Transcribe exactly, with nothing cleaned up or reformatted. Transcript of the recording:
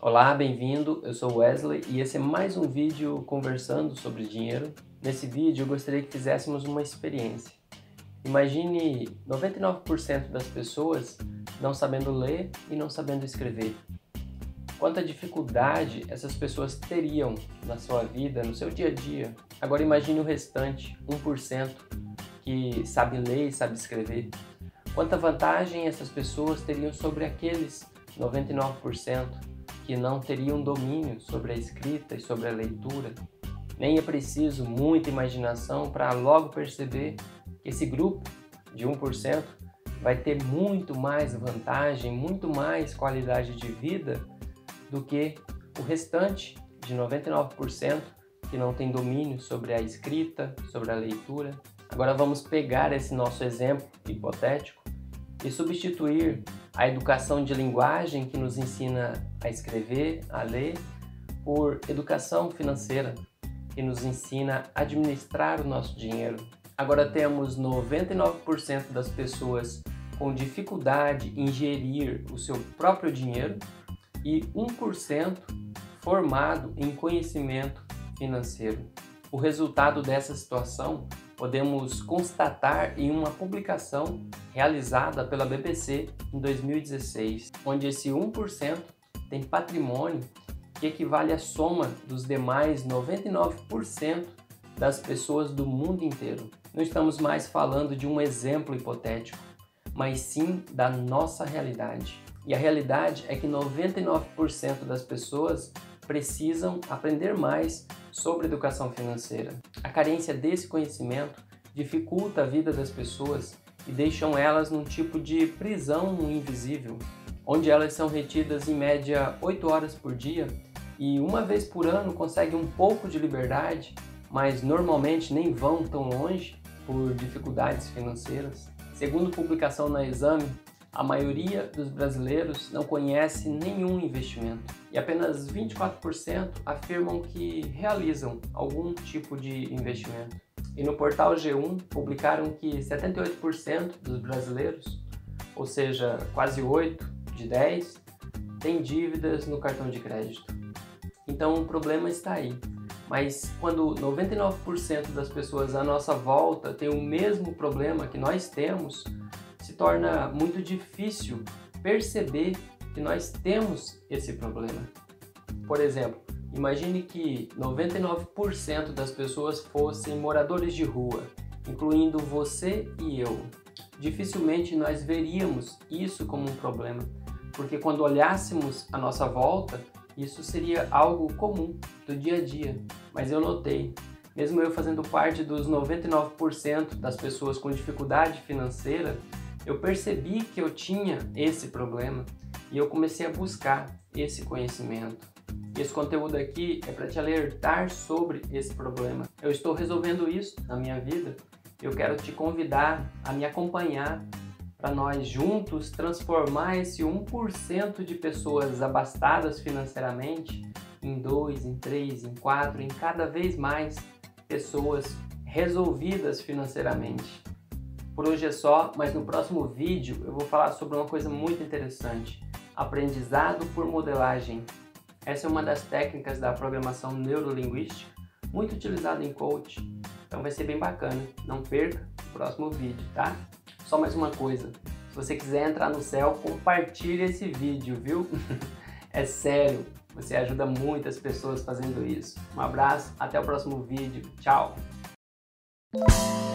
Olá, bem-vindo, eu sou Wesley e esse é mais um vídeo conversando sobre dinheiro. Nesse vídeo eu gostaria que fizéssemos uma experiência. Imagine noventa e nove por cento das pessoas não sabendo ler e não sabendo escrever. Quanta dificuldade essas pessoas teriam na sua vida, no seu dia a dia. Agora imagine o restante, um por cento, que sabe ler e sabe escrever. Quanta vantagem essas pessoas teriam sobre aqueles noventa e nove por cento que não teriam domínio sobre a escrita e sobre a leitura. Nem é preciso muita imaginação para logo perceber que esse grupo de um por cento vai ter muito mais vantagem, muito mais qualidade de vida do que o restante de noventa e nove por cento que não tem domínio sobre a escrita, sobre a leitura. Agora vamos pegar esse nosso exemplo hipotético e substituir a educação de linguagem que nos ensina a escrever, a ler, por educação financeira que nos ensina a administrar o nosso dinheiro. Agora temos noventa e nove por cento das pessoas com dificuldade em gerir o seu próprio dinheiro e um por cento formado em conhecimento financeiro. O resultado dessa situação podemos constatar em uma publicação realizada pela B B C em dois mil e dezesseis, onde esse um por cento tem patrimônio que equivale à soma dos demais noventa e nove por cento das pessoas do mundo inteiro. Não estamos mais falando de um exemplo hipotético, mas sim da nossa realidade. E a realidade é que noventa e nove por cento das pessoas precisam aprender mais sobre educação financeira. A carência desse conhecimento dificulta a vida das pessoas e deixam elas num tipo de prisão invisível, onde elas são retidas em média oito horas por dia e uma vez por ano conseguem um pouco de liberdade, mas normalmente nem vão tão longe por dificuldades financeiras. Segundo publicação na Exame, a maioria dos brasileiros não conhece nenhum investimento e apenas vinte e quatro por cento afirmam que realizam algum tipo de investimento. E no portal G um publicaram que setenta e oito por cento dos brasileiros, ou seja, quase oito de dez, têm dívidas no cartão de crédito. Então o problema está aí. Mas quando noventa e nove por cento das pessoas à nossa volta têm o mesmo problema que nós temos, se torna muito difícil perceber que nós temos esse problema. Por exemplo, imagine que noventa e nove por cento das pessoas fossem moradores de rua, incluindo você e eu. Dificilmente nós veríamos isso como um problema, porque quando olhássemos à nossa volta, isso seria algo comum do dia a dia. Mas eu notei, mesmo eu fazendo parte dos noventa e nove por cento das pessoas com dificuldade financeira, eu percebi que eu tinha esse problema e eu comecei a buscar esse conhecimento. Esse conteúdo aqui é para te alertar sobre esse problema. Eu estou resolvendo isso na minha vida e eu quero te convidar a me acompanhar para nós juntos transformar esse um por cento de pessoas abastadas financeiramente em dois, em três, em quatro, em cada vez mais pessoas resolvidas financeiramente. Por hoje é só, mas no próximo vídeo eu vou falar sobre uma coisa muito interessante: aprendizado por modelagem. Essa é uma das técnicas da programação neurolinguística, muito utilizada em coaching, então vai ser bem bacana. Não perca o próximo vídeo, tá? Só mais uma coisa, se você quiser entrar no céu, compartilhe esse vídeo, viu? É sério, você ajuda muitas pessoas fazendo isso. Um abraço, até o próximo vídeo, tchau!